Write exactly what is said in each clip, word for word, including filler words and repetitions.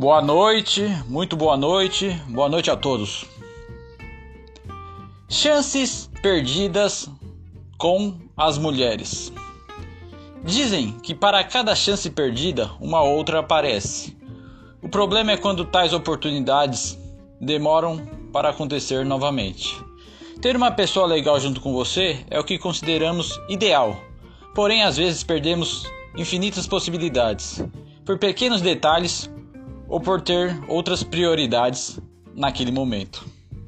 Boa noite, muito boa noite, boa noite a todos. Chances perdidas com as mulheres. Dizem que para cada chance perdida, uma outra aparece. O problema é quando tais oportunidades demoram para acontecer novamente. Ter uma pessoa legal junto com você é o que consideramos ideal, porém às vezes perdemos infinitas possibilidades, por pequenos detalhes ou por ter outras prioridades naquele momento.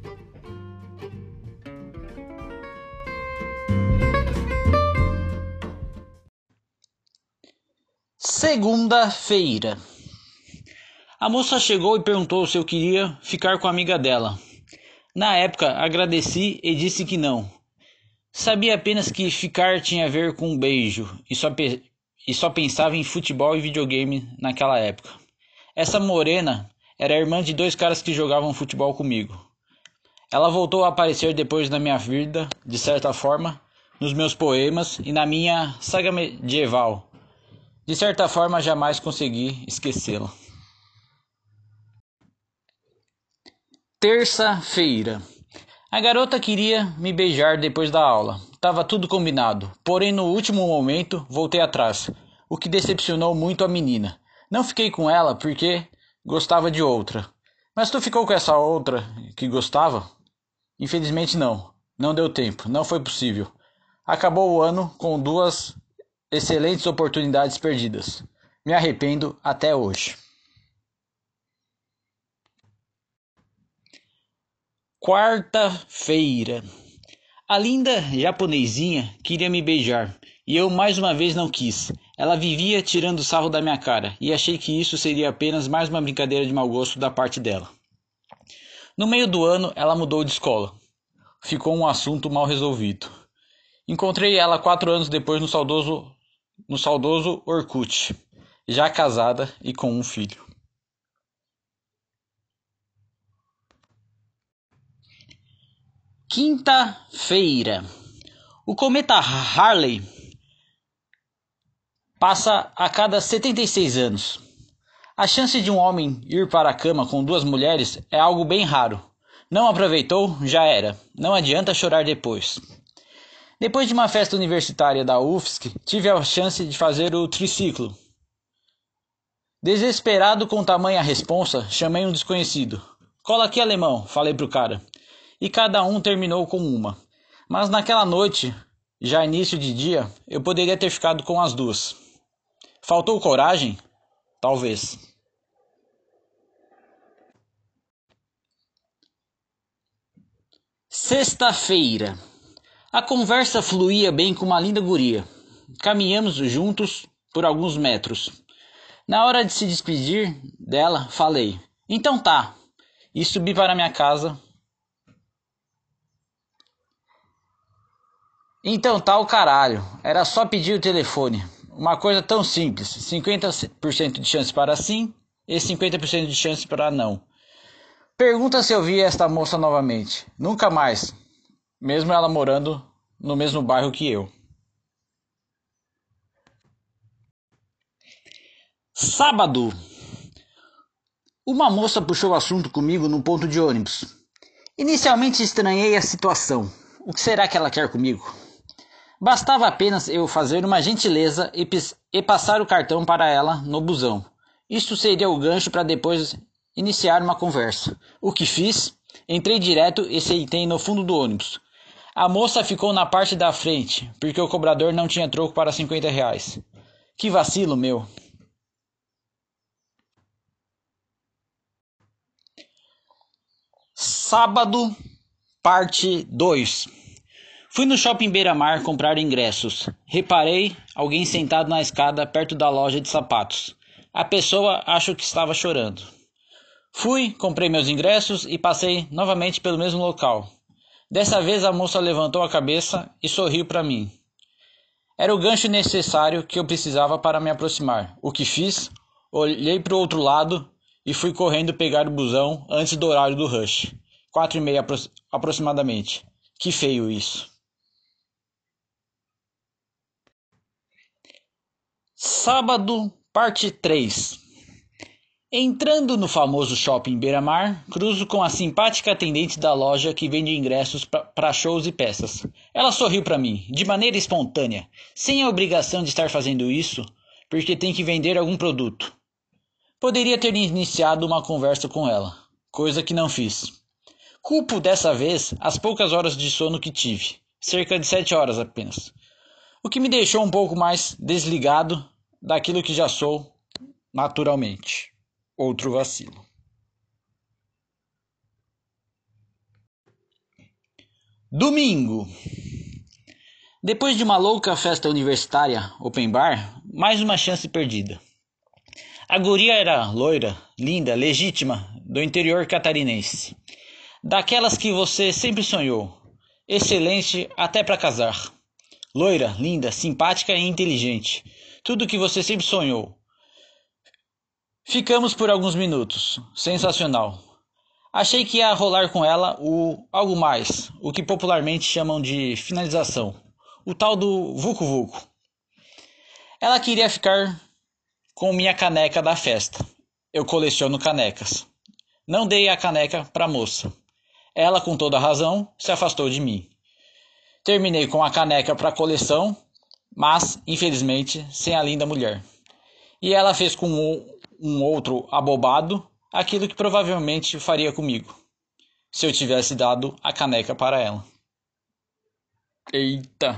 Segunda-feira. A moça chegou e perguntou se eu queria ficar com a amiga dela. Na época, agradeci e disse que não. Sabia apenas que ficar tinha a ver com um beijo e só, pe- e só pensava em futebol e videogame naquela época. Essa morena era a irmã de dois caras que jogavam futebol comigo. Ela voltou a aparecer depois na minha vida, de certa forma, nos meus poemas e na minha saga medieval. De certa forma, jamais consegui esquecê-la. Terça-feira. A garota queria me beijar depois da aula. Tava tudo combinado, porém no último momento voltei atrás, o que decepcionou muito a menina. Não fiquei com ela porque gostava de outra. Mas tu ficou com essa outra que gostava? Infelizmente não. Não deu tempo, não foi possível. Acabou o ano com duas excelentes oportunidades perdidas. Me arrependo até hoje. Quarta-feira. A linda japonesinha queria me beijar e eu mais uma vez não quis. Ela vivia tirando sarro da minha cara e achei que isso seria apenas mais uma brincadeira de mau gosto da parte dela. No meio do ano, ela mudou de escola. Ficou um assunto mal resolvido. Encontrei ela quatro anos depois no saudoso, no saudoso Orkut, já casada e com um filho. Quinta-feira. O cometa Halley passa a cada setenta e seis anos. A chance de um homem ir para a cama com duas mulheres é algo bem raro. Não aproveitou? Já era. Não adianta chorar depois. Depois de uma festa universitária da U F S C, tive a chance de fazer o triciclo. Desesperado com tamanha responsa, chamei um desconhecido. Cola aqui, alemão, falei pro cara. E cada um terminou com uma. Mas naquela noite, já início de dia, eu poderia ter ficado com as duas. Faltou coragem? Talvez. Sexta-feira. A conversa fluía bem com uma linda guria. Caminhamos juntos por alguns metros. Na hora de se despedir dela, falei: então tá. E subi para minha casa. Então tá o caralho. Era só pedir o telefone. Uma coisa tão simples. cinquenta por cento de chance para sim e cinquenta por cento de chance para não. Pergunta se eu vi esta moça novamente. Nunca mais. Mesmo ela morando no mesmo bairro que eu. Sábado. Uma moça puxou o assunto comigo no ponto de ônibus. Inicialmente estranhei a situação. O que será que ela quer comigo? Bastava apenas eu fazer uma gentileza e, e passar o cartão para ela no busão. Isso seria o gancho para depois iniciar uma conversa. O que fiz? Entrei direto e sentei no fundo do ônibus. A moça ficou na parte da frente, porque o cobrador não tinha troco para cinquenta reais. Que vacilo meu. Sábado, parte dois. Fui no shopping Beira-Mar comprar ingressos. Reparei alguém sentado na escada perto da loja de sapatos. A pessoa acho que estava chorando. Fui, comprei meus ingressos e passei novamente pelo mesmo local. Dessa vez a moça levantou a cabeça e sorriu para mim. Era o gancho necessário que eu precisava para me aproximar. O que fiz? Olhei para o outro lado e fui correndo pegar o busão antes do horário do rush. Quatro e meia apro- aproximadamente. Que feio isso. Sábado, parte três. Entrando no famoso shopping Beira-Mar, cruzo com a simpática atendente da loja que vende ingressos para shows e peças. Ela sorriu para mim, de maneira espontânea, sem a obrigação de estar fazendo isso, porque tem que vender algum produto. Poderia ter iniciado uma conversa com ela, coisa que não fiz. Culpo dessa vez as poucas horas de sono que tive, cerca de sete horas apenas, o que me deixou um pouco mais desligado daquilo que já sou naturalmente. Outro vacilo. Domingo. Depois de uma louca festa universitária, open bar, mais uma chance perdida. A guria era loira, linda, legítima, do interior catarinense. Daquelas que você sempre sonhou. Excelente até para casar. Loira, linda, simpática e inteligente. Tudo que você sempre sonhou. Ficamos por alguns minutos. Sensacional. Achei que ia rolar com ela o algo mais, o que popularmente chamam de finalização. O tal do vucu vucu. Ela queria ficar com minha caneca da festa. Eu coleciono canecas. Não dei a caneca para a moça. Ela, com toda razão, se afastou de mim. Terminei com a caneca para a coleção, mas, infelizmente, sem a linda mulher. E ela fez com um um outro abobado aquilo que provavelmente faria comigo, se eu tivesse dado a caneca para ela. Eita!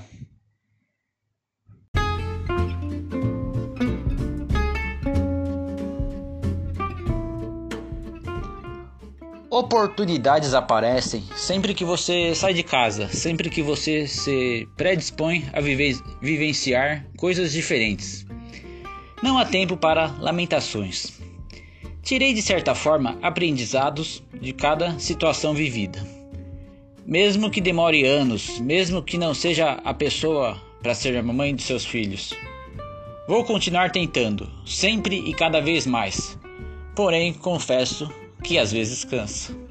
Oportunidades aparecem sempre que você sai de casa, sempre que você se predispõe a vive- vivenciar coisas diferentes. Não há tempo para lamentações. Tirei de certa forma aprendizados de cada situação vivida. Mesmo que demore anos, mesmo que não seja a pessoa para ser a mãe de seus filhos. Vou continuar tentando, sempre e cada vez mais. Porém, confesso que às vezes cansa.